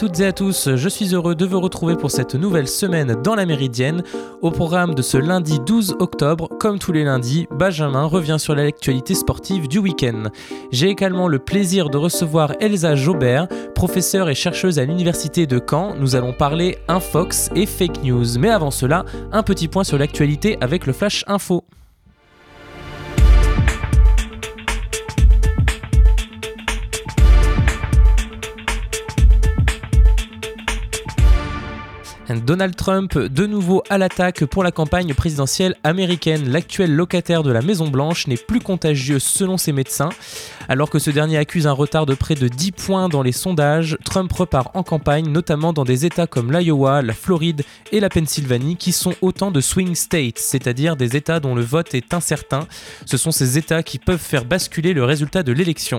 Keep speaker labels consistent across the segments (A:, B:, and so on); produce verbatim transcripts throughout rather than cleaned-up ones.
A: toutes et à tous, je suis heureux de vous retrouver pour cette nouvelle semaine dans la Méridienne. Au programme de ce lundi douze octobre, comme tous les lundis, Benjamin revient sur l'actualité sportive du week-end. J'ai également le plaisir de recevoir Elsa Jaubert, professeure et chercheuse à l'université de Caen. Nous allons parler infox et fake news. Mais avant cela, un petit point sur l'actualité avec le Flash Info. Donald Trump, de nouveau à l'attaque pour la campagne présidentielle américaine. L'actuel locataire de la Maison-Blanche n'est plus contagieux selon ses médecins. Alors que ce dernier accuse un retard de près de dix points dans les sondages, Trump repart en campagne, notamment dans des États comme l'Iowa, la Floride et la Pennsylvanie, qui sont autant de swing states, c'est-à-dire des États dont le vote est incertain. Ce sont ces États qui peuvent faire basculer le résultat de l'élection.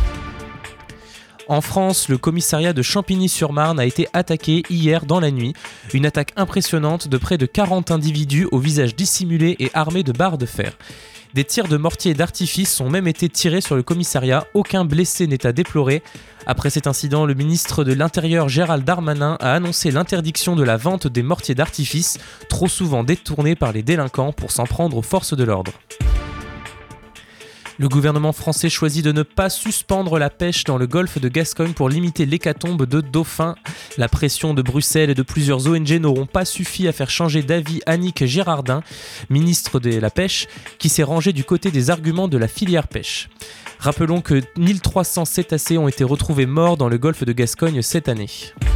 A: En France, le commissariat de Champigny-sur-Marne a été attaqué hier dans la nuit. Une attaque impressionnante de près de quarante individus au visage dissimulé et armés de barres de fer. Des tirs de mortier et d'artifice ont même été tirés sur le commissariat. Aucun blessé n'est à déplorer. Après cet incident, le ministre de l'Intérieur Gérald Darmanin a annoncé l'interdiction de la vente des mortiers d'artifice, trop souvent détournés par les délinquants pour s'en prendre aux forces de l'ordre. Le gouvernement français choisit de ne pas suspendre la pêche dans le golfe de Gascogne pour limiter l'hécatombe de dauphins. La pression de Bruxelles et de plusieurs O N G n'auront pas suffi à faire changer d'avis Annick Girardin, ministre de la Pêche, qui s'est rangée du côté des arguments de la filière pêche. Rappelons que mille trois cents cétacés ont été retrouvés morts dans le golfe de Gascogne cette année.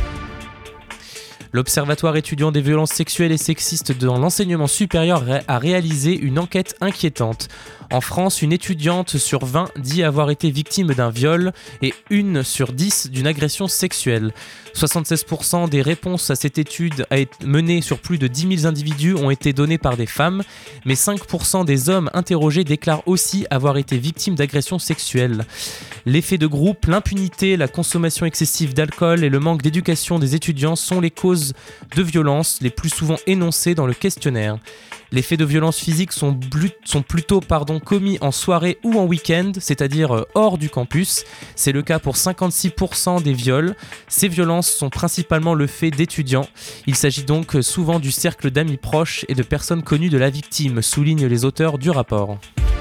A: L'Observatoire étudiant des violences sexuelles et sexistes dans l'enseignement supérieur a réalisé une enquête inquiétante. En France, une étudiante sur vingt dit avoir été victime d'un viol et une sur dix d'une agression sexuelle. soixante-seize pour cent des réponses à cette étude menée sur plus de dix mille individus ont été données par des femmes, mais cinq pour cent des hommes interrogés déclarent aussi avoir été victimes d'agressions sexuelles. L'effet de groupe, l'impunité, la consommation excessive d'alcool et le manque d'éducation des étudiants sont les causes de violences les plus souvent énoncées dans le questionnaire. Les faits de violence physique sont, blu- sont plutôt pardon, commis en soirée ou en week-end, c'est-à-dire hors du campus. C'est le cas pour cinquante-six pour cent des viols. Ces violences sont principalement le fait d'étudiants. Il s'agit donc souvent du cercle d'amis proches et de personnes connues de la victime, soulignent les auteurs du rapport.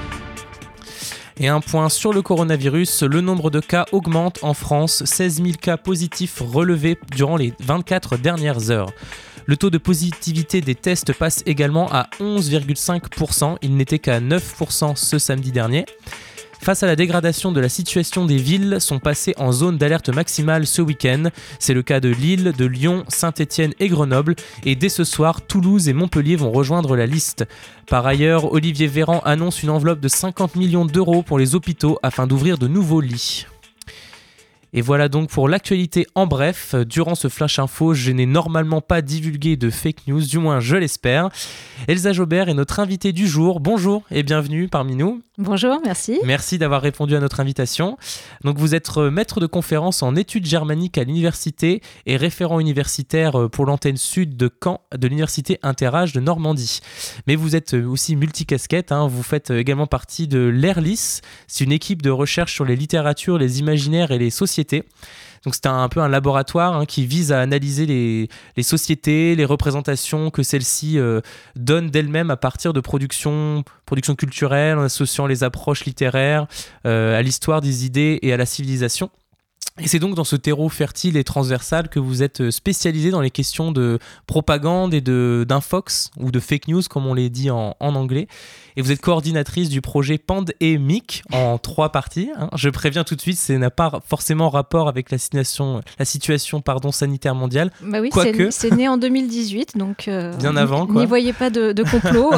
A: Et un point sur le coronavirus, le nombre de cas augmente en France, seize mille cas positifs relevés durant les vingt-quatre dernières heures. Le taux de positivité des tests passe également à onze virgule cinq pour cent, il n'était qu'à neuf pour cent ce samedi dernier. Face à la dégradation de la situation des villes, sont passées en zone d'alerte maximale ce week-end. C'est le cas de Lille, de Lyon, Saint-Étienne et Grenoble. Et dès ce soir, Toulouse et Montpellier vont rejoindre la liste. Par ailleurs, Olivier Véran annonce une enveloppe de cinquante millions d'euros pour les hôpitaux afin d'ouvrir de nouveaux lits. Et voilà donc pour l'actualité en bref. Durant ce Flash Info, je n'ai normalement pas divulgué de fake news, du moins je l'espère. Elsa Jaubert est notre invitée du jour. Bonjour et bienvenue parmi nous.
B: Bonjour, merci.
A: Merci d'avoir répondu à notre invitation. Donc vous êtes maître de conférence en études germaniques à l'université et référent universitaire pour l'antenne sud de Caen de l'université Interage de Normandie. Mais vous êtes aussi multicasquette, hein. Vous faites également partie de l'E R L I S. C'est une équipe de recherche sur les littératures, les imaginaires et les sociétés. Donc c'est un, un peu un laboratoire hein, qui vise à analyser les, les sociétés, les représentations que celles-ci euh, donnent d'elles-mêmes à partir de productions production culturelles, en associant les approches littéraires euh, à l'histoire des idées et à la civilisation. Et c'est donc dans ce terreau fertile et transversal que vous êtes spécialisé dans les questions de propagande et de, d'infox, ou de fake news comme on les dit en, en anglais. Et vous êtes coordinatrice du projet Pandémique en trois parties. Hein. Je préviens tout de suite, ça n'a pas forcément rapport avec la situation, la situation pardon, sanitaire mondiale.
B: Bah oui,
A: Quoique...
B: c'est, c'est né en deux mille dix-huit, donc euh,
A: bien avant, quoi.
B: N'y voyez pas de, de complot.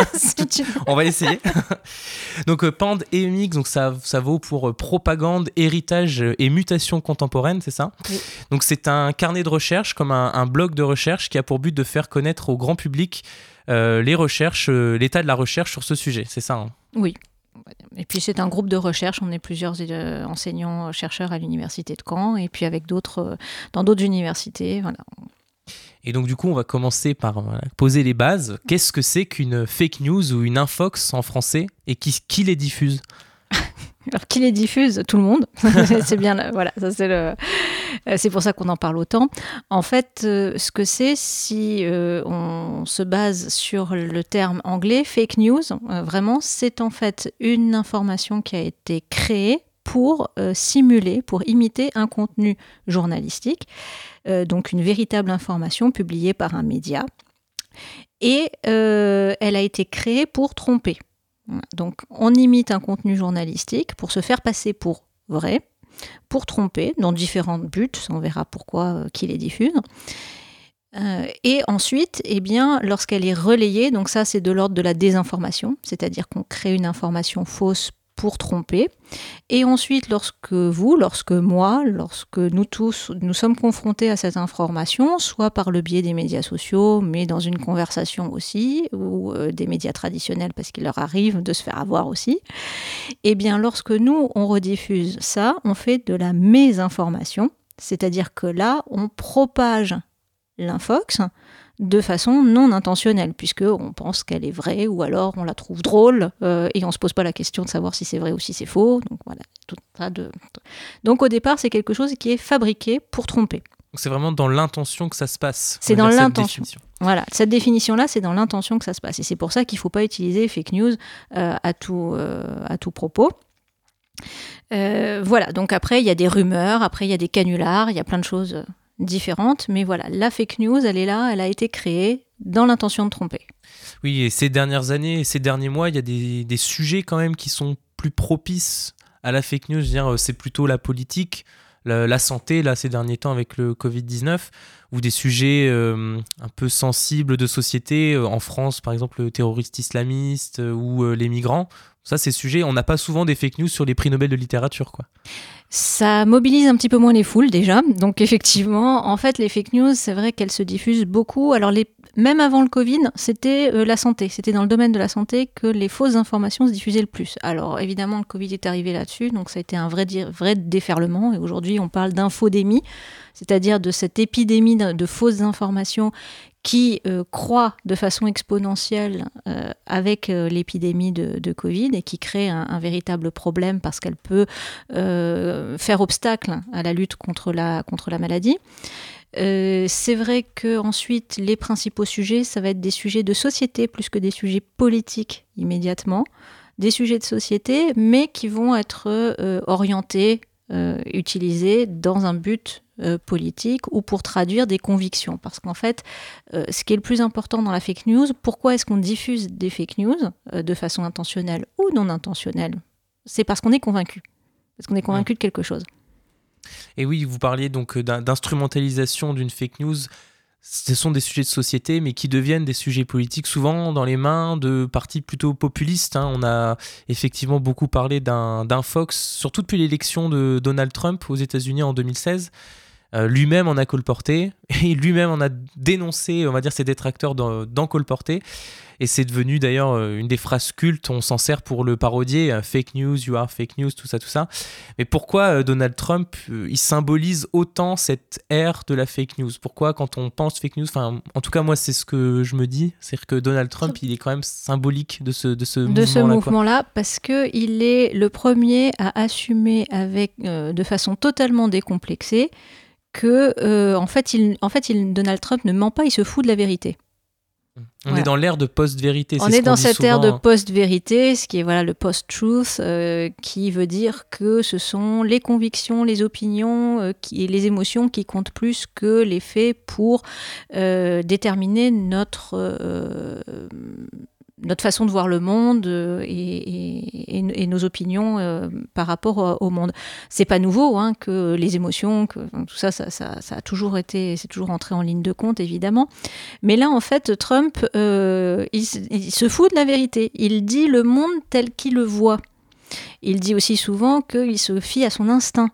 A: On va essayer. Donc euh, Pandémique, donc ça, ça vaut pour euh, propagande, héritage et mutation contemporaine, c'est ça ?
B: Oui.
A: Donc c'est un carnet de recherche, comme un, un blog de recherche qui a pour but de faire connaître au grand public euh, les recherches, euh, l'état de la recherche sur ce sujet, c'est ça hein ?
B: Oui. Et puis c'est un groupe de recherche, on est plusieurs euh, enseignants, chercheurs à l'université de Caen, et puis avec d'autres, euh, dans d'autres universités, voilà.
A: Et donc du coup, on va commencer par voilà, poser les bases. Qu'est-ce que c'est qu'une fake news ou une infox en français et qui, qui les diffuse ?
B: Alors qui les diffuse? Tout le monde. C'est bien, voilà, ça c'est le, c'est pour ça qu'on en parle autant. En fait, euh, ce que c'est, si euh, on se base sur le terme anglais, fake news, euh, vraiment, c'est en fait une information qui a été créée pour euh, simuler, pour imiter un contenu journalistique, euh, donc une véritable information publiée par un média. Et euh, elle a été créée pour tromper. Donc, on imite un contenu journalistique pour se faire passer pour vrai, pour tromper, dans différents buts, on verra pourquoi, euh, qui les diffuse. Euh, et ensuite, eh bien, lorsqu'elle est relayée, donc ça c'est de l'ordre de la désinformation, c'est-à-dire qu'on crée une information fausse pour tromper. Et ensuite, lorsque vous, lorsque moi, lorsque nous tous, nous sommes confrontés à cette information, soit par le biais des médias sociaux, mais dans une conversation aussi, ou euh, des médias traditionnels, parce qu'il leur arrive de se faire avoir aussi, eh bien, lorsque nous, on rediffuse ça, on fait de la mésinformation, c'est-à-dire que là, on propage l'infox de façon non intentionnelle, puisqu'on pense qu'elle est vraie, ou alors on la trouve drôle, euh, et on ne se pose pas la question de savoir si c'est vrai ou si c'est faux. Donc, voilà, tout ça de... Donc au départ, c'est quelque chose qui est fabriqué pour tromper.
A: Donc c'est vraiment dans l'intention que ça se passe.
B: C'est dans l'intention. Voilà, cette définition-là, c'est dans l'intention que ça se passe. Et c'est pour ça qu'il ne faut pas utiliser fake news euh, à, tout, euh, à tout propos. Euh, voilà, donc après, il y a des rumeurs, après, il y a des canulars, il y a plein de choses différentes, mais voilà, la fake news, elle est là, elle a été créée dans l'intention de tromper.
A: Oui, et ces dernières années, ces derniers mois, il y a des, des sujets quand même qui sont plus propices à la fake news. Je veux dire, c'est plutôt la politique, la, la santé, là, ces derniers temps avec le covid dix-neuf, ou des sujets euh, un peu sensibles de société. En France, par exemple, le terroriste islamiste euh, ou euh, les migrants. Ça, ces sujets, on n'a pas souvent des fake news sur les prix Nobel de littérature, quoi.
B: Ça mobilise un petit peu moins les foules déjà, donc effectivement, en fait les fake news, c'est vrai qu'elles se diffusent beaucoup. Alors les... même avant le Covid, c'était euh, la santé, c'était dans le domaine de la santé que les fausses informations se diffusaient le plus. Alors évidemment le Covid est arrivé là-dessus, donc ça a été un vrai, di... vrai déferlement, et aujourd'hui on parle d'infodémie, c'est-à-dire de cette épidémie de, de fausses informations qui euh, croît de façon exponentielle euh, avec euh, l'épidémie de, de Covid et qui crée un, un véritable problème parce qu'elle peut euh, faire obstacle à la lutte contre la, contre la maladie. Euh, c'est vrai qu'ensuite, les principaux sujets, ça va être des sujets de société plus que des sujets politiques immédiatement, des sujets de société, mais qui vont être euh, orientés, euh, utilisés dans un but Euh, politique ou pour traduire des convictions. Parce qu'en fait, euh, ce qui est le plus important dans la fake news, pourquoi est-ce qu'on diffuse des fake news euh, de façon intentionnelle ou non intentionnelle? C'est parce qu'on est convaincu. Parce qu'on est convaincu de quelque chose.
A: Et oui, vous parliez donc d'un, d'instrumentalisation d'une fake news. Ce sont des sujets de société, mais qui deviennent des sujets politiques, souvent dans les mains de partis plutôt populistes. Hein. On a effectivement beaucoup parlé d'un, d'un Fox, surtout depuis l'élection de Donald Trump aux États-Unis en deux mille seize. Euh, lui-même en a colporté, et lui-même en a dénoncé, on va dire, ses détracteurs d'en, d'en colporter. Et c'est devenu d'ailleurs une des phrases cultes, on s'en sert pour le parodier, euh, fake news, you are fake news, tout ça, tout ça. Mais pourquoi euh, Donald Trump, euh, il symbolise autant cette ère de la fake news? Pourquoi quand on pense fake news, enfin, en tout cas moi c'est ce que je me dis, c'est que Donald Trump, il est quand même symbolique de ce, de ce
B: de
A: mouvement-là.
B: ce mouvement-là, quoi. Parce qu'il est le premier à assumer avec, euh, de façon totalement décomplexée que euh, en fait, il, en fait il, Donald Trump ne ment pas, il se fout de la vérité.
A: On
B: voilà.
A: est dans l'ère de post-vérité.
B: On
A: c'est
B: est
A: ce
B: dans
A: dit
B: cette
A: souvent,
B: ère de
A: hein.
B: post-vérité, ce qui est voilà, le post-truth, euh, qui veut dire que ce sont les convictions, les opinions euh, qui, et les émotions qui comptent plus que les faits pour euh, déterminer notre... Euh, notre façon de voir le monde euh, et, et, et nos opinions euh, par rapport au, au monde. C'est pas nouveau hein, que les émotions, que tout ça, ça, ça, ça a toujours été, c'est toujours entré en ligne de compte évidemment. Mais là, en fait, Trump, euh, il, il se fout de la vérité. Il dit le monde tel qu'il le voit. Il dit aussi souvent qu'il se fie à son instinct.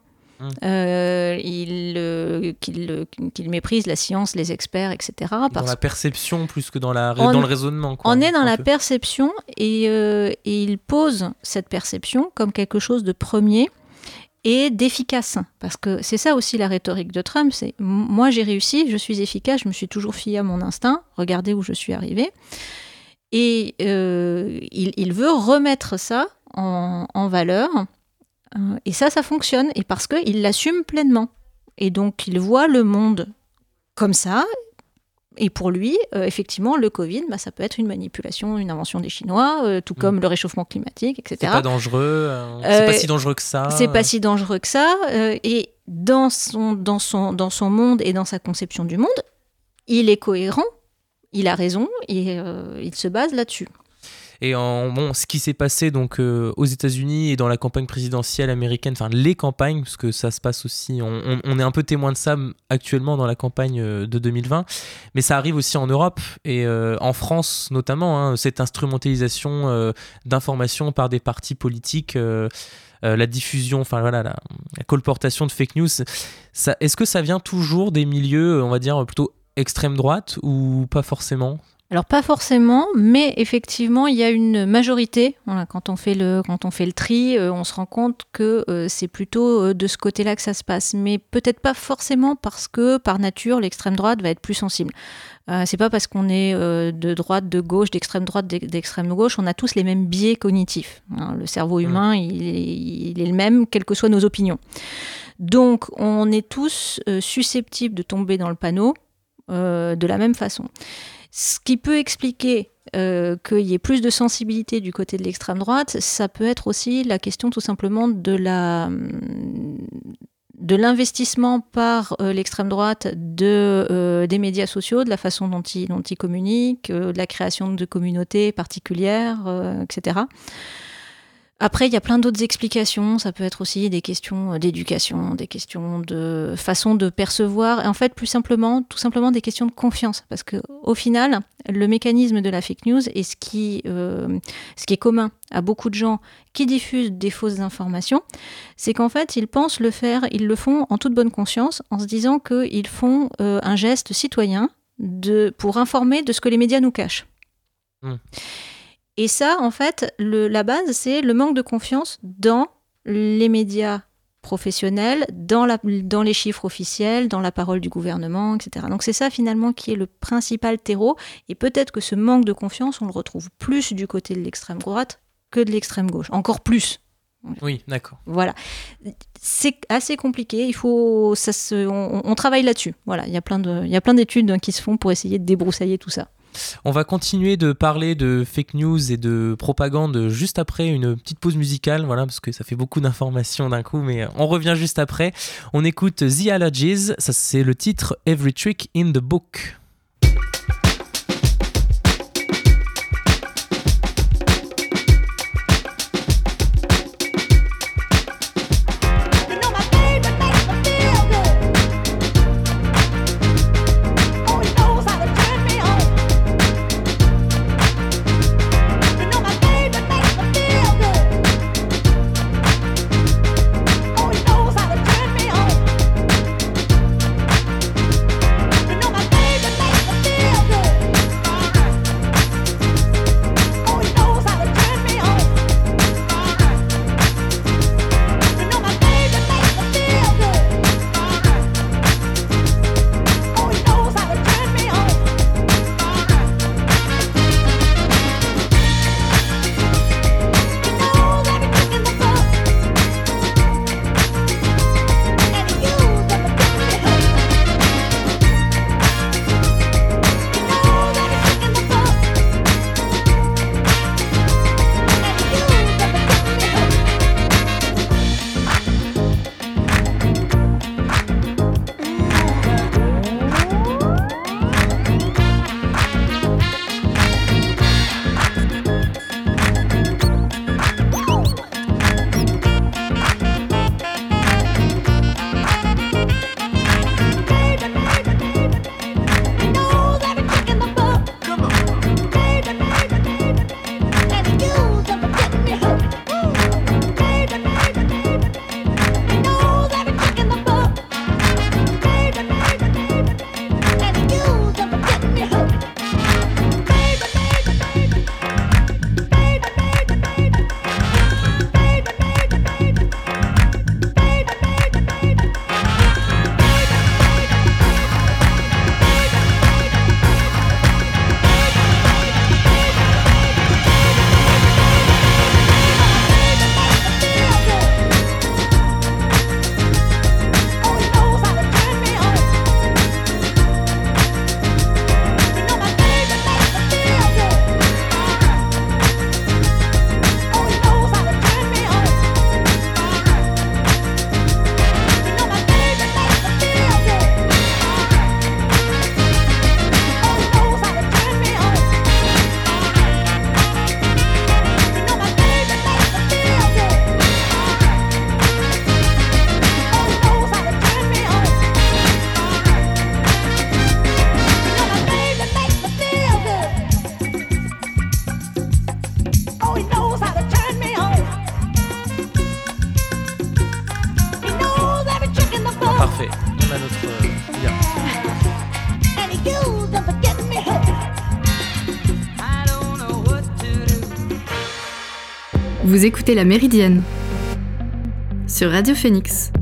B: Euh, il, euh, qu'il, qu'il méprise la science, les experts, et cetera.
A: Dans la perception plus que dans, la,
B: on,
A: dans le raisonnement. Quoi,
B: on est dans la
A: peu.
B: perception et, euh, et il pose cette perception comme quelque chose de premier et d'efficace. Parce que c'est ça aussi la rhétorique de Trump, c'est moi j'ai réussi, je suis efficace, je me suis toujours fié à mon instinct, regardez où je suis arrivé. Et euh, il, il veut remettre ça en, en valeur. Euh, et ça, ça fonctionne, et parce qu'il l'assume pleinement. Et donc, il voit le monde comme ça. Et pour lui, euh, effectivement, le Covid, bah, ça peut être une manipulation, une invention des Chinois, euh, tout comme mmh. le réchauffement climatique, et cetera.
A: C'est pas dangereux, euh, c'est euh, pas si dangereux que ça.
B: C'est pas si dangereux que ça. Euh, et dans son, dans, son, dans son monde et dans sa conception du monde, il est cohérent, il a raison, et euh, il se base là-dessus.
A: Et en, bon, ce qui s'est passé donc, euh, aux États-Unis et dans la campagne présidentielle américaine, enfin les campagnes, parce que ça se passe aussi, on, on, on est un peu témoin de ça actuellement dans la campagne de deux mille vingt, mais ça arrive aussi en Europe et euh, en France notamment, hein, cette instrumentalisation euh, d'informations par des partis politiques, euh, euh, la diffusion, enfin voilà, la, la colportation de fake news, ça, est-ce que ça vient toujours des milieux, on va dire, plutôt extrême droite ou pas forcément ?
B: Alors pas forcément, mais effectivement il y a une majorité. Voilà, quand on fait le quand on fait le tri, euh, on se rend compte que euh, c'est plutôt euh, de ce côté-là que ça se passe. Mais peut-être pas forcément parce que par nature l'extrême droite va être plus sensible. Euh, c'est pas parce qu'on est euh, de droite, de gauche, d'extrême droite, d'extrême gauche, on a tous les mêmes biais cognitifs. Hein, le cerveau humain, mmh. il, est, il est le même, quelles que soient nos opinions. Donc on est tous euh, susceptibles de tomber dans le panneau euh, de la même façon. Ce qui peut expliquer euh, qu'il y ait plus de sensibilité du côté de l'extrême droite, ça peut être aussi la question tout simplement de, la, de l'investissement par euh, l'extrême droite de, euh, des médias sociaux, de la façon dont ils, dont ils communiquent, euh, de la création de communautés particulières, euh, et cetera. Après, il y a plein d'autres explications. Ça peut être aussi des questions d'éducation, des questions de façon de percevoir. Et en fait, plus simplement, tout simplement des questions de confiance. Parce qu'au final, le mécanisme de la fake news est ce qui, euh, ce qui est commun à beaucoup de gens qui diffusent des fausses informations, c'est qu'en fait, ils pensent le faire, ils le font en toute bonne conscience, en se disant qu'ils font euh, un geste citoyen de, pour informer de ce que les médias nous cachent. Mmh. Et ça, en fait, le, la base, c'est le manque de confiance dans les médias professionnels, dans, la, dans les chiffres officiels, dans la parole du gouvernement, et cetera. Donc c'est ça, finalement, qui est le principal terreau. Et peut-être que ce manque de confiance, on le retrouve plus du côté de l'extrême droite que de l'extrême gauche. Encore plus.
A: Oui, d'accord.
B: Voilà. C'est assez compliqué. Il faut, ça se, on, on travaille là-dessus. Voilà. Il y a plein de, il y a plein d'études qui se font pour essayer de débroussailler tout ça.
A: On va continuer de parler de fake news et de propagande juste après une petite pause musicale, voilà, parce que ça fait beaucoup d'informations d'un coup, mais on revient juste après. On écoute The Allergies, ça c'est le titre Every Trick in the Book.
C: Baby, Vous écoutez La Méridienne sur Radio Phoenix.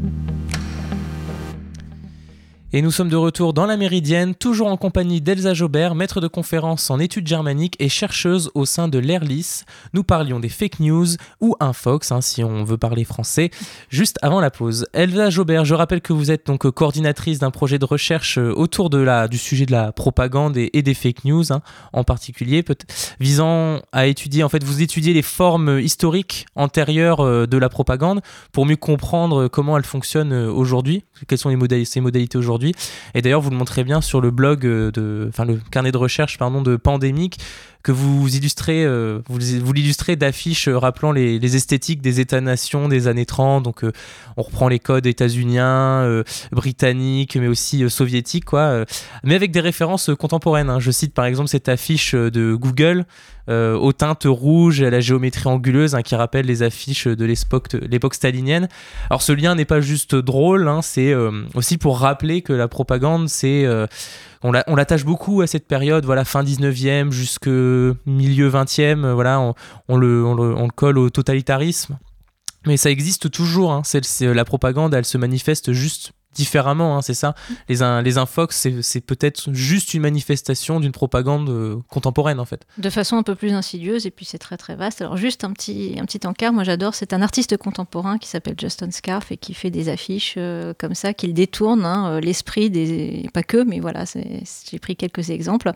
A: Et nous sommes de retour dans la Méridienne, toujours en compagnie d'Elsa Jobert, maître de conférence en études germaniques et chercheuse au sein de l'E R L I S. Nous parlions des fake news ou infox, hein, si on veut parler français, juste avant la pause. Elsa Jobert, je rappelle que vous êtes donc coordinatrice d'un projet de recherche autour de la, du sujet de la propagande et, et des fake news, hein, en particulier, visant à étudier, en fait, vous étudiez les formes historiques antérieures de la propagande pour mieux comprendre comment elle fonctionne aujourd'hui, quelles sont les modalités, ses modalités aujourd'hui. Et d'ailleurs, vous le montrez bien sur le blog, de, enfin le carnet de recherche pardon, de Pandémique, que vous illustrez, euh, vous, vous l'illustrez d'affiches rappelant les, les esthétiques des États-nations des années trente. Donc, euh, on reprend les codes états-uniens, euh, britanniques, mais aussi euh, soviétiques, quoi, euh, mais avec des références contemporaines. Hein. Je cite par exemple cette affiche de Google euh, aux teintes rouges et à la géométrie anguleuse, hein, qui rappelle les affiches de l'époque, de l'époque stalinienne. Alors, ce lien n'est pas juste drôle, hein, c'est euh, aussi pour rappeler que la propagande, c'est... Euh, On, la, on l'attache beaucoup à cette période, voilà, fin dix-neuvième jusque milieu vingtième, voilà, on, on, le, on, le, on le colle au totalitarisme. Mais ça existe toujours, hein, c'est, c'est, la propagande, elle se manifeste juste différemment, hein, c'est ça. Les, les infox, c'est, c'est peut-être juste une manifestation d'une propagande euh, contemporaine, en fait.
B: De façon un peu plus insidieuse, et puis c'est très très vaste. Alors juste un petit, un petit encart, moi j'adore, c'est un artiste contemporain qui s'appelle Justin Scarf et qui fait des affiches euh, comme ça, qu'il détourne hein, l'esprit des... Pas que, mais voilà, c'est, j'ai pris quelques exemples.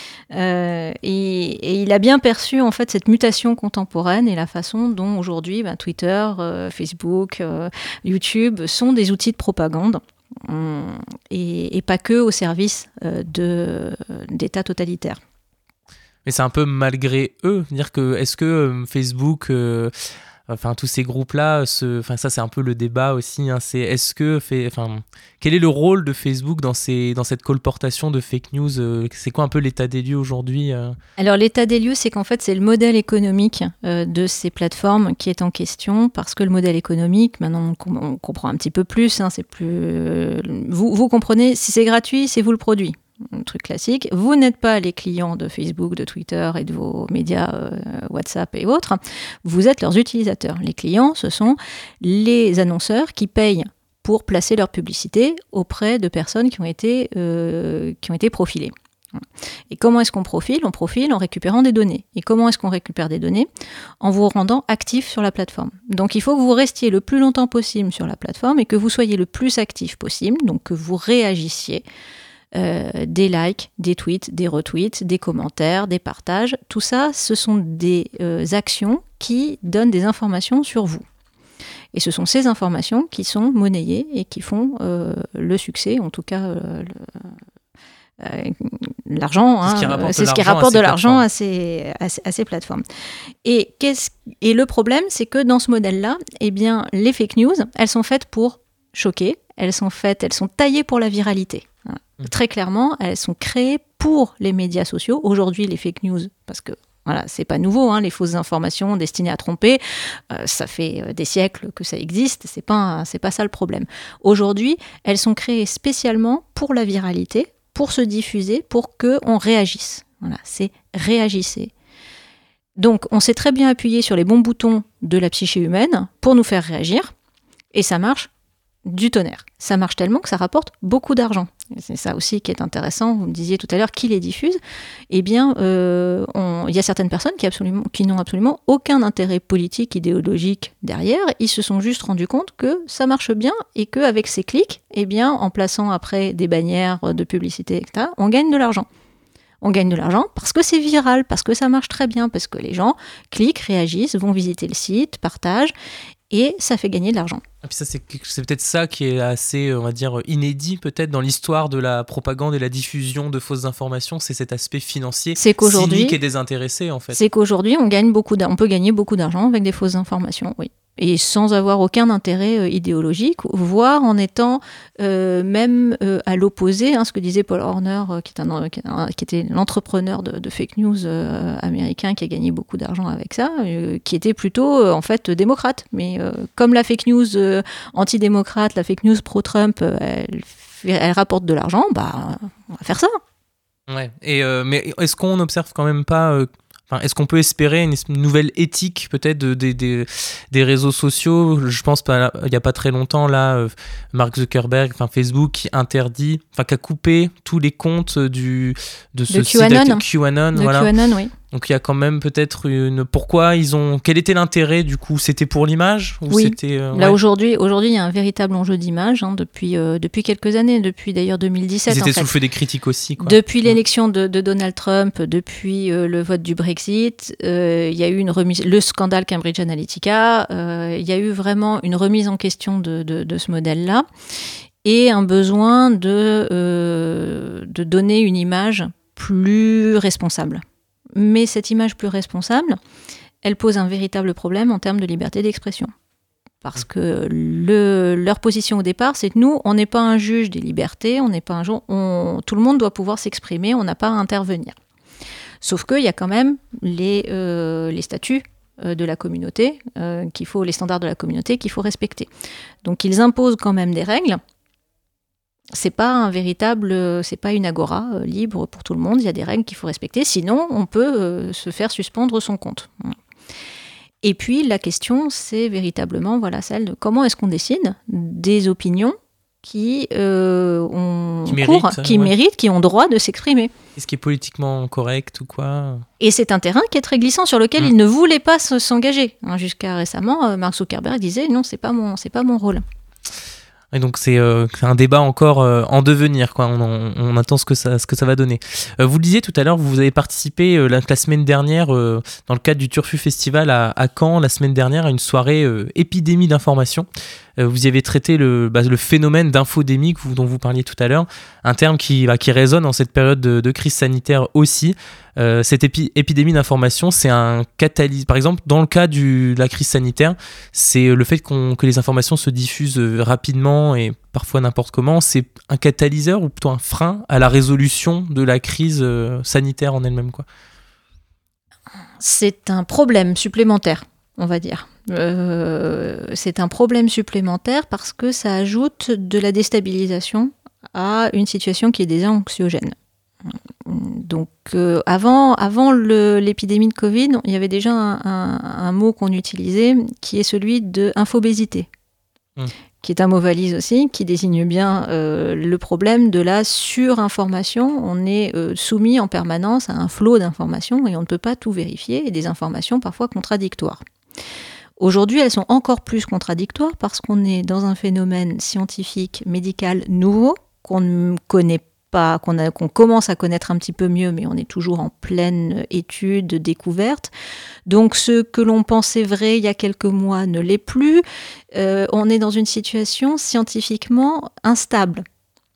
B: Euh, et, et il a bien perçu en fait cette mutation contemporaine et la façon dont aujourd'hui ben, Twitter, euh, Facebook, euh, YouTube sont des outils de propagande hum, et, et pas que au service euh, de, d'États totalitaires.
A: Mais c'est un peu malgré eux, dire que est-ce que euh, Facebook euh, Enfin, tous ces groupes-là, ce, enfin, ça c'est un peu le débat aussi. Hein, c'est est-ce que, fait, enfin, quel est le rôle de Facebook dans, ces, dans cette colportation de fake news euh, C'est quoi un peu l'état des lieux aujourd'hui euh
B: Alors l'état des lieux, c'est qu'en fait c'est le modèle économique euh, de ces plateformes qui est en question, parce que le modèle économique, maintenant on, com- on comprend un petit peu plus. Hein, c'est plus, euh, vous, vous comprenez, si c'est gratuit, c'est vous le produit. Un truc classique. Vous n'êtes pas les clients de Facebook, de Twitter et de vos médias euh, WhatsApp et autres. Vous êtes leurs utilisateurs. Les clients, ce sont les annonceurs qui payent pour placer leur publicité auprès de personnes qui ont été, euh, qui ont été profilées. Et comment est-ce qu'on profile ? On profile en récupérant des données. Et comment est-ce qu'on récupère des données ? En vous rendant actif sur la plateforme. Donc il faut que vous restiez le plus longtemps possible sur la plateforme et que vous soyez le plus actif possible, donc que vous réagissiez. Euh, des likes, des tweets, des retweets, des commentaires, des partages. Tout ça, ce sont des euh, actions qui donnent des informations sur vous. Et ce sont ces informations qui sont monnayées et qui font euh, le succès, en tout cas euh, le, euh, l'argent.
A: C'est ce qui
B: hein,
A: rapporte,
B: c'est ce qui rapporte de l'argent à ces, à, ces, à ces plateformes. Et, qu'est-ce, et le problème, c'est que dans ce modèle-là, eh bien, les fake news, elles sont faites pour choquer, elles sont faites, elles sont taillées pour la viralité. Mmh. Très clairement, elles sont créées pour les médias sociaux. Aujourd'hui, les fake news, parce que voilà, c'est pas nouveau, hein, les fausses informations destinées à tromper, euh, ça fait euh, des siècles que ça existe, c'est pas, c'est pas ça le problème. Aujourd'hui, elles sont créées spécialement pour la viralité, pour se diffuser, pour qu'on réagisse. Voilà, c'est réagissez. Donc, on s'est très bien appuyé sur les bons boutons de la psyché humaine pour nous faire réagir, et ça marche du tonnerre. Ça marche tellement que ça rapporte beaucoup d'argent. C'est ça aussi qui est intéressant. Vous me disiez tout à l'heure qui les diffuse. Eh bien, euh, on, il y a certaines personnes qui, absolument, qui n'ont absolument aucun intérêt politique, idéologique derrière. Ils se sont juste rendus compte que ça marche bien et qu'avec ces clics, eh bien, en plaçant après des bannières de publicité, et cetera, on gagne de l'argent. On gagne de l'argent parce que c'est viral, parce que ça marche très bien, parce que les gens cliquent, réagissent, vont visiter le site, partagent, et ça fait gagner de l'argent.
A: Et puis ça, c'est, c'est peut-être ça qui est assez, on va dire, inédit peut-être dans l'histoire de la propagande et la diffusion de fausses informations, c'est cet aspect financier
B: c'est
A: cynique et désintéressé en fait.
B: C'est qu'aujourd'hui, on, gagne beaucoup on peut gagner beaucoup d'argent avec des fausses informations, oui. Et sans avoir aucun intérêt euh, idéologique, voire en étant euh, même euh, à l'opposé, hein, ce que disait Paul Horner, euh, qui, est un, qui, est un, qui était l'entrepreneur de, de fake news euh, américain, qui a gagné beaucoup d'argent avec ça, euh, qui était plutôt euh, en fait démocrate. Mais euh, comme la fake news euh, anti-démocrate, la fake news pro-Trump, euh, elle, elle rapporte de l'argent, bah on va faire ça.
A: Ouais. Et euh, mais est-ce qu'on n'observe quand même pas euh, Enfin, est-ce qu'on peut espérer une nouvelle éthique peut-être de, de, de, des réseaux sociaux ? Je pense pas, il n'y a pas très longtemps là, euh, Mark Zuckerberg, enfin Facebook, qui interdit, enfin qui a coupé tous les comptes du de ce
B: de
A: site
B: QAnon.
A: QAnon,
B: De
A: voilà.
B: QAnon, oui.
A: Donc il y a quand même peut-être une. Pourquoi ils ont. Quel était l'intérêt du coup ? C'était pour l'image ou
B: Oui.
A: c'était, euh,
B: Là
A: ouais.
B: aujourd'hui, aujourd'hui, il y a un véritable enjeu d'image hein, depuis euh, depuis quelques années, depuis d'ailleurs deux mille dix-sept.
A: Ils étaient
B: en fait.
A: sous le feu des critiques aussi, quoi.
B: Depuis l'élection de, de Donald Trump, depuis euh, le vote du Brexit, euh, il y a eu une remise, le scandale Cambridge Analytica, euh, il y a eu vraiment une remise en question de, de, de ce modèle-là et un besoin de, euh, de donner une image plus responsable. Mais cette image plus responsable, elle pose un véritable problème en termes de liberté d'expression. Parce que le, leur position au départ, c'est que nous, on n'est pas un juge des libertés, on n'est pas un juge, on, tout le monde doit pouvoir s'exprimer, on n'a pas à intervenir. Sauf qu'il y a quand même les, euh, les statuts euh, de la communauté, euh, qu'il faut, les standards de la communauté qu'il faut respecter. Donc ils imposent quand même des règles. C'est pas un véritable, c'est pas une agora euh, libre pour tout le monde. Il y a des règles qu'il faut respecter. Sinon, on peut euh, se faire suspendre son compte. Et puis la question, c'est véritablement, voilà, celle de comment est-ce qu'on décide des opinions qui euh, ont
A: Qui
B: cours,
A: méritent,
B: qui
A: ouais.
B: méritent, qui ont droit de s'exprimer.
A: Est-ce qui est politiquement correct ou quoi ?
B: Et c'est un terrain qui est très glissant sur lequel
A: Mm.
B: il ne voulait pas s- s'engager. Hein, jusqu'à récemment, euh, Mark Zuckerberg disait non, c'est pas mon, c'est pas mon rôle.
A: Et donc c'est, euh, c'est un débat encore euh, en devenir, quoi. On, on, on attend ce que ça, ce que ça va donner. Euh, vous le disiez tout à l'heure, vous avez participé euh, la, la semaine dernière, euh, dans le cadre du Turfu Festival à, à Caen, la semaine dernière, à une soirée euh, épidémie d'information. Euh, vous y avez traité le, bah, le phénomène d'infodémie que vous, dont vous parliez tout à l'heure, un terme qui, bah, qui résonne en cette période de, de crise sanitaire aussi. Euh, cette épi- épidémie d'information, c'est un catalyseur. Par exemple, dans le cas du, de la crise sanitaire, c'est le fait qu'on, que les informations se diffusent euh, rapidement et parfois n'importe comment. C'est un catalyseur ou plutôt un frein à la résolution de la crise euh, sanitaire en elle-même, quoi.
B: C'est un problème supplémentaire, on va dire. Euh, c'est un problème supplémentaire parce que ça ajoute de la déstabilisation à une situation qui est déjà anxiogène. Donc euh, avant, avant le, l'épidémie de Covid, il y avait déjà un, un, un mot qu'on utilisait qui est celui de infobésité, mmh. qui est un mot valise aussi, qui désigne bien euh, le problème de la surinformation. On est euh, soumis en permanence à un flot d'informations et on ne peut pas tout vérifier, et des informations parfois contradictoires. Aujourd'hui, elles sont encore plus contradictoires parce qu'on est dans un phénomène scientifique, médical nouveau, qu'on ne connaît pas. Pas, qu'on, a, qu'on commence à connaître un petit peu mieux, mais on est toujours en pleine étude, découverte. Donc ce que l'on pensait vrai il y a quelques mois ne l'est plus. Euh, on est dans une situation scientifiquement instable.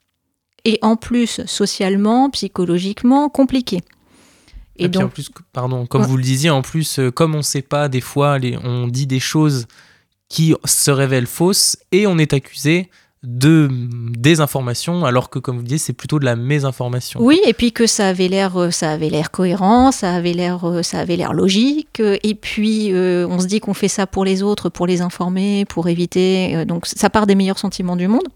B: Et en plus, socialement, psychologiquement, compliquée.
A: Et, et donc, puis en plus, pardon, comme ouais. vous le disiez, en plus, euh, comme on ne sait pas, des fois, les, on dit des choses qui se révèlent fausses et on est accusé de désinformation, alors que, comme vous le disiez, c'est plutôt de la mésinformation.
B: Oui, et puis que ça avait l'air, ça avait l'air cohérent, ça avait l'air, ça avait l'air logique, et puis euh, on se dit qu'on fait ça pour les autres, pour les informer, pour éviter, euh, donc ça part des meilleurs sentiments du monde.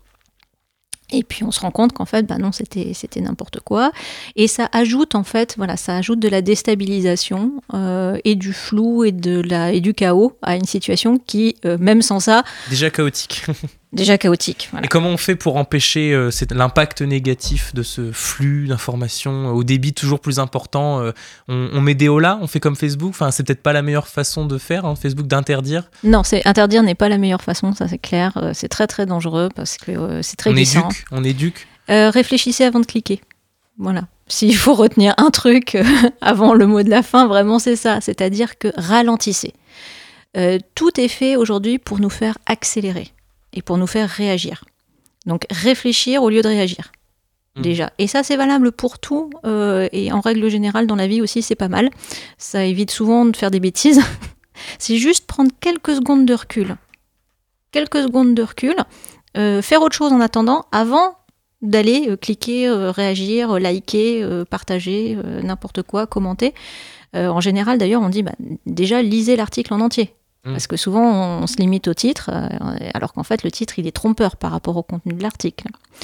B: Et puis on se rend compte qu'en fait, bah non, c'était, c'était n'importe quoi. Et ça ajoute en fait, voilà, ça ajoute de la déstabilisation euh, et du flou et, de la, et du chaos à une situation qui, euh, même sans ça...
A: Déjà chaotique.
B: Déjà chaotique. Voilà.
A: Et comment on fait pour empêcher euh, cet, l'impact négatif de ce flux d'informations euh, au débit toujours plus important euh, on, on met des holà, on fait comme Facebook. Enfin, c'est peut-être pas la meilleure façon de faire, hein, Facebook, d'interdire.
B: Non, c'est, interdire n'est pas la meilleure façon, ça c'est clair. Euh, c'est très très dangereux parce que euh, c'est très
A: on
B: glissant.
A: Éduque, on éduque.
B: Euh, réfléchissez avant de cliquer. Voilà. S'il faut retenir un truc euh, avant le mot de la fin, vraiment c'est ça. C'est-à-dire que ralentissez. Euh, tout est fait aujourd'hui pour nous faire accélérer et pour nous faire réagir. Donc réfléchir au lieu de réagir, mmh. déjà. Et ça, c'est valable pour tout, euh, et en règle générale, dans la vie aussi, c'est pas mal. Ça évite souvent de faire des bêtises. C'est juste prendre quelques secondes de recul. Quelques secondes de recul, euh, faire autre chose en attendant, avant d'aller euh, cliquer, euh, réagir, euh, liker, euh, partager, euh, n'importe quoi, commenter. Euh, en général, d'ailleurs, on dit, bah, déjà, lisez l'article en entier. Parce que souvent, on se limite au titre, alors qu'en fait, le titre, il est trompeur par rapport au contenu de l'article.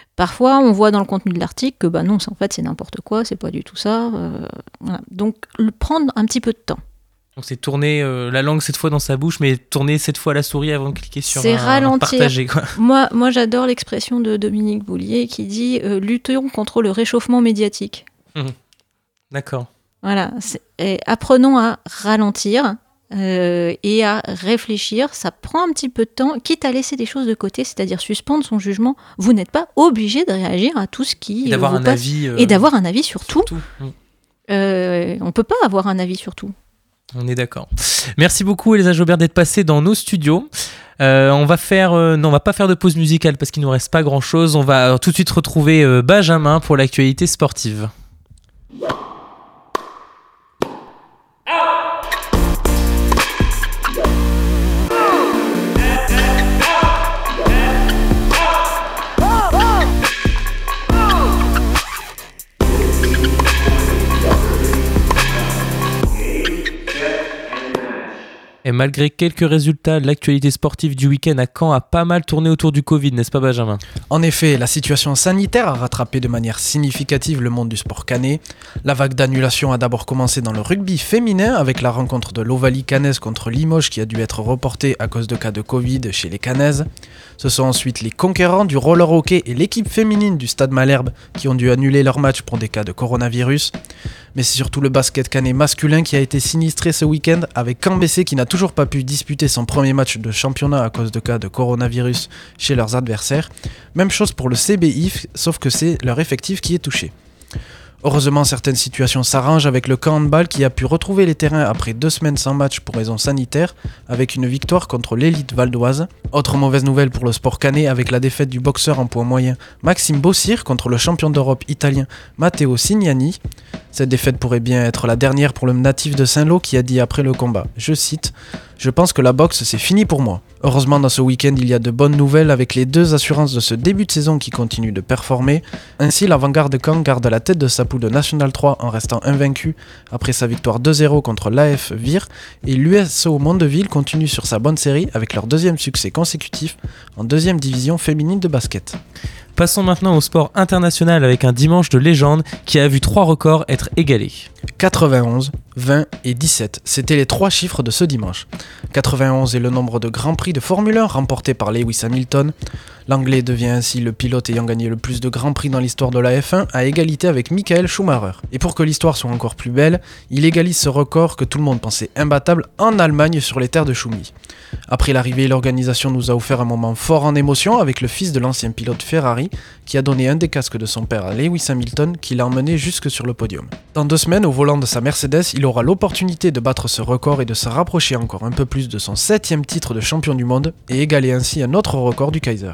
B: Parfois, on voit dans le contenu de l'article que bah non, c'est, en fait, c'est n'importe quoi, c'est pas du tout ça. Euh, voilà. Donc, le prendre un petit peu de temps.
A: Donc, c'est tourner euh, la langue cette fois dans sa bouche, mais tourner cette fois la souris avant de cliquer sur
B: c'est
A: un,
B: ralentir.
A: partager. Quoi.
B: Moi, moi, j'adore l'expression de Dominique Boulier qui dit euh, « luttons contre le réchauffement médiatique
A: Mmh. ». D'accord.
B: Voilà. C'est, et apprenons à ralentir. Euh, et à réfléchir, ça prend un petit peu de temps, quitte à laisser des choses de côté, c'est-à-dire suspendre son jugement. Vous n'êtes pas obligé de réagir à tout ce qui
A: et d'avoir
B: vous
A: un
B: passe,
A: avis euh,
B: et d'avoir un avis sur tout.
A: tout. Mmh.
B: Euh, on peut pas avoir un avis sur tout.
A: On est d'accord. Merci beaucoup Elsa Jobert d'être passée dans nos studios. Euh, on va faire, euh, non, on va pas faire de pause musicale parce qu'il nous reste pas grand-chose. On va tout de suite retrouver euh, Benjamin pour l'actualité sportive. Et malgré quelques résultats, l'actualité sportive du week-end à Caen a pas mal tourné autour du Covid, n'est-ce pas Benjamin ?
D: En effet, la situation sanitaire a rattrapé de manière significative le monde du sport canet. La vague d'annulation a d'abord commencé dans le rugby féminin avec la rencontre de l'Ovalie caennaise contre Limoges qui a dû être reportée à cause de cas de Covid chez les Caennaises. Ce sont ensuite les conquérants du roller hockey et l'équipe féminine du Stade Malherbe qui ont dû annuler leur match pour des cas de coronavirus. Mais c'est surtout le basket canet masculin qui a été sinistré ce week-end avec Caen B C qui n'a toujours pas pu disputer son premier match de championnat à cause de cas de coronavirus chez leurs adversaires. Même chose pour le C B I F, sauf que c'est leur effectif qui est touché. Heureusement, certaines situations s'arrangent avec le camp handball qui a pu retrouver les terrains après deux semaines sans match pour raisons sanitaires, avec une victoire contre l'élite valdoise. Autre mauvaise nouvelle pour le sport canet avec la défaite du boxeur en poids moyen Maxime Bossir contre le champion d'Europe italien Matteo Signani. Cette défaite pourrait bien être la dernière pour le natif de Saint-Lô qui a dit après le combat, je cite « Je pense que la boxe c'est fini pour moi ». Heureusement dans ce week-end il y a de bonnes nouvelles avec les deux assurances de ce début de saison qui continuent de performer. Ainsi l'avant-garde Caen garde la tête de sa poule de National trois en restant invaincu après sa victoire deux zéro contre l'A F Vire et l'U S O Mondeville continue sur sa bonne série avec leur deuxième succès consécutif en deuxième division féminine de basket.
A: Passons maintenant au sport international avec un dimanche de légende qui a vu trois records être égalés.
D: quatre-vingt-onze, vingt et dix-sept, c'était les trois chiffres de ce dimanche. quatre-vingt-onze est le nombre de grands prix de Formule un remportés par Lewis Hamilton. L'Anglais devient ainsi le pilote ayant gagné le plus de grands prix dans l'histoire de la F un, à égalité avec Michael Schumacher. Et pour que l'histoire soit encore plus belle, il égalise ce record que tout le monde pensait imbattable en Allemagne sur les terres de Schumi. Après l'arrivée, l'organisation nous a offert un moment fort en émotion avec le fils de l'ancien pilote Ferrari qui a donné un des casques de son père à Lewis Hamilton qui l'a emmené jusque sur le podium. Dans deux semaines, au volant de sa Mercedes, il aura l'opportunité de battre ce record et de se rapprocher encore un peu plus de son septième titre de champion du monde et égaler ainsi un autre record du Kaiser.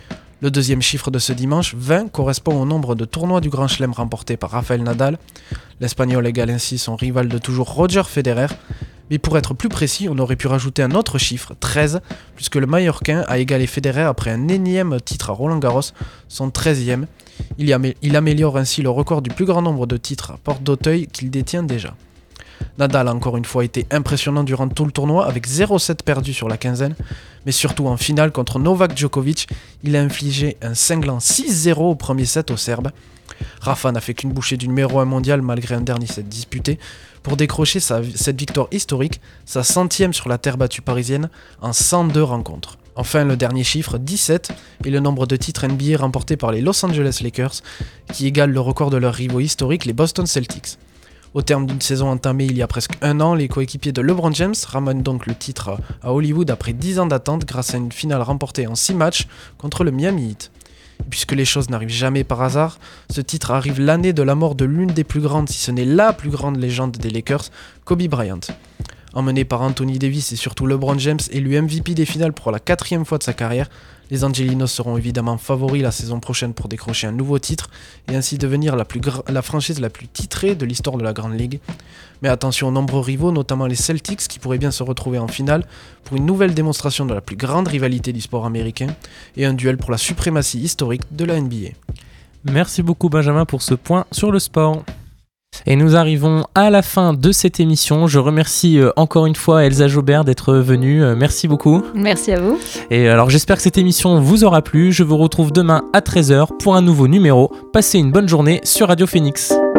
D: Le deuxième chiffre de ce dimanche, vingt, correspond au nombre de tournois du Grand Chelem remportés par Rafael Nadal. L'Espagnol égale ainsi son rival de toujours Roger Federer. Mais pour être plus précis, on aurait pu rajouter un autre chiffre, treize, puisque le Mallorquin a égalé Federer après un énième titre à Roland-Garros, son treizième. Il, y amé- il améliore ainsi le record du plus grand nombre de titres à Porte d'Auteuil qu'il détient déjà. Nadal a encore une fois été impressionnant durant tout le tournoi avec zéro sept perdu sur la quinzaine, mais surtout en finale contre Novak Djokovic, il a infligé un cinglant six zéro au premier set au Serbe. Rafa n'a fait qu'une bouchée du numéro un mondial malgré un dernier set disputé pour décrocher sa, cette victoire historique, sa centième sur la terre battue parisienne en cent deux rencontres. Enfin, le dernier chiffre, dix-sept, est le nombre de titres N B A remportés par les Los Angeles Lakers, qui égale le record de leurs rivaux historiques, les Boston Celtics. Au terme d'une saison entamée il y a presque un an, les coéquipiers de LeBron James ramènent donc le titre à Hollywood après dix ans d'attente grâce à une finale remportée en six matchs contre le Miami Heat. Et puisque les choses n'arrivent jamais par hasard, ce titre arrive l'année de la mort de l'une des plus grandes, si ce n'est la plus grande légende des Lakers, Kobe Bryant. Emmené par Anthony Davis et surtout LeBron James, élu M V P des finales pour la quatrième fois de sa carrière, les Angelinos seront évidemment favoris la saison prochaine pour décrocher un nouveau titre et ainsi devenir la, plus gra- la franchise la plus titrée de l'histoire de la Grande Ligue. Mais attention aux nombreux rivaux, notamment les Celtics qui pourraient bien se retrouver en finale pour une nouvelle démonstration de la plus grande rivalité du sport américain et un duel pour la suprématie historique de la N B A.
A: Merci beaucoup Benjamin pour ce point sur le sport. Et nous arrivons à la fin de cette émission. Je remercie euh, encore une fois Elsa Jaubert d'être venue. Euh, merci beaucoup.
B: Merci à vous.
A: Et alors j'espère que cette émission vous aura plu. Je vous retrouve demain à treize heures pour un nouveau numéro. Passez une bonne journée sur Radio Phoenix.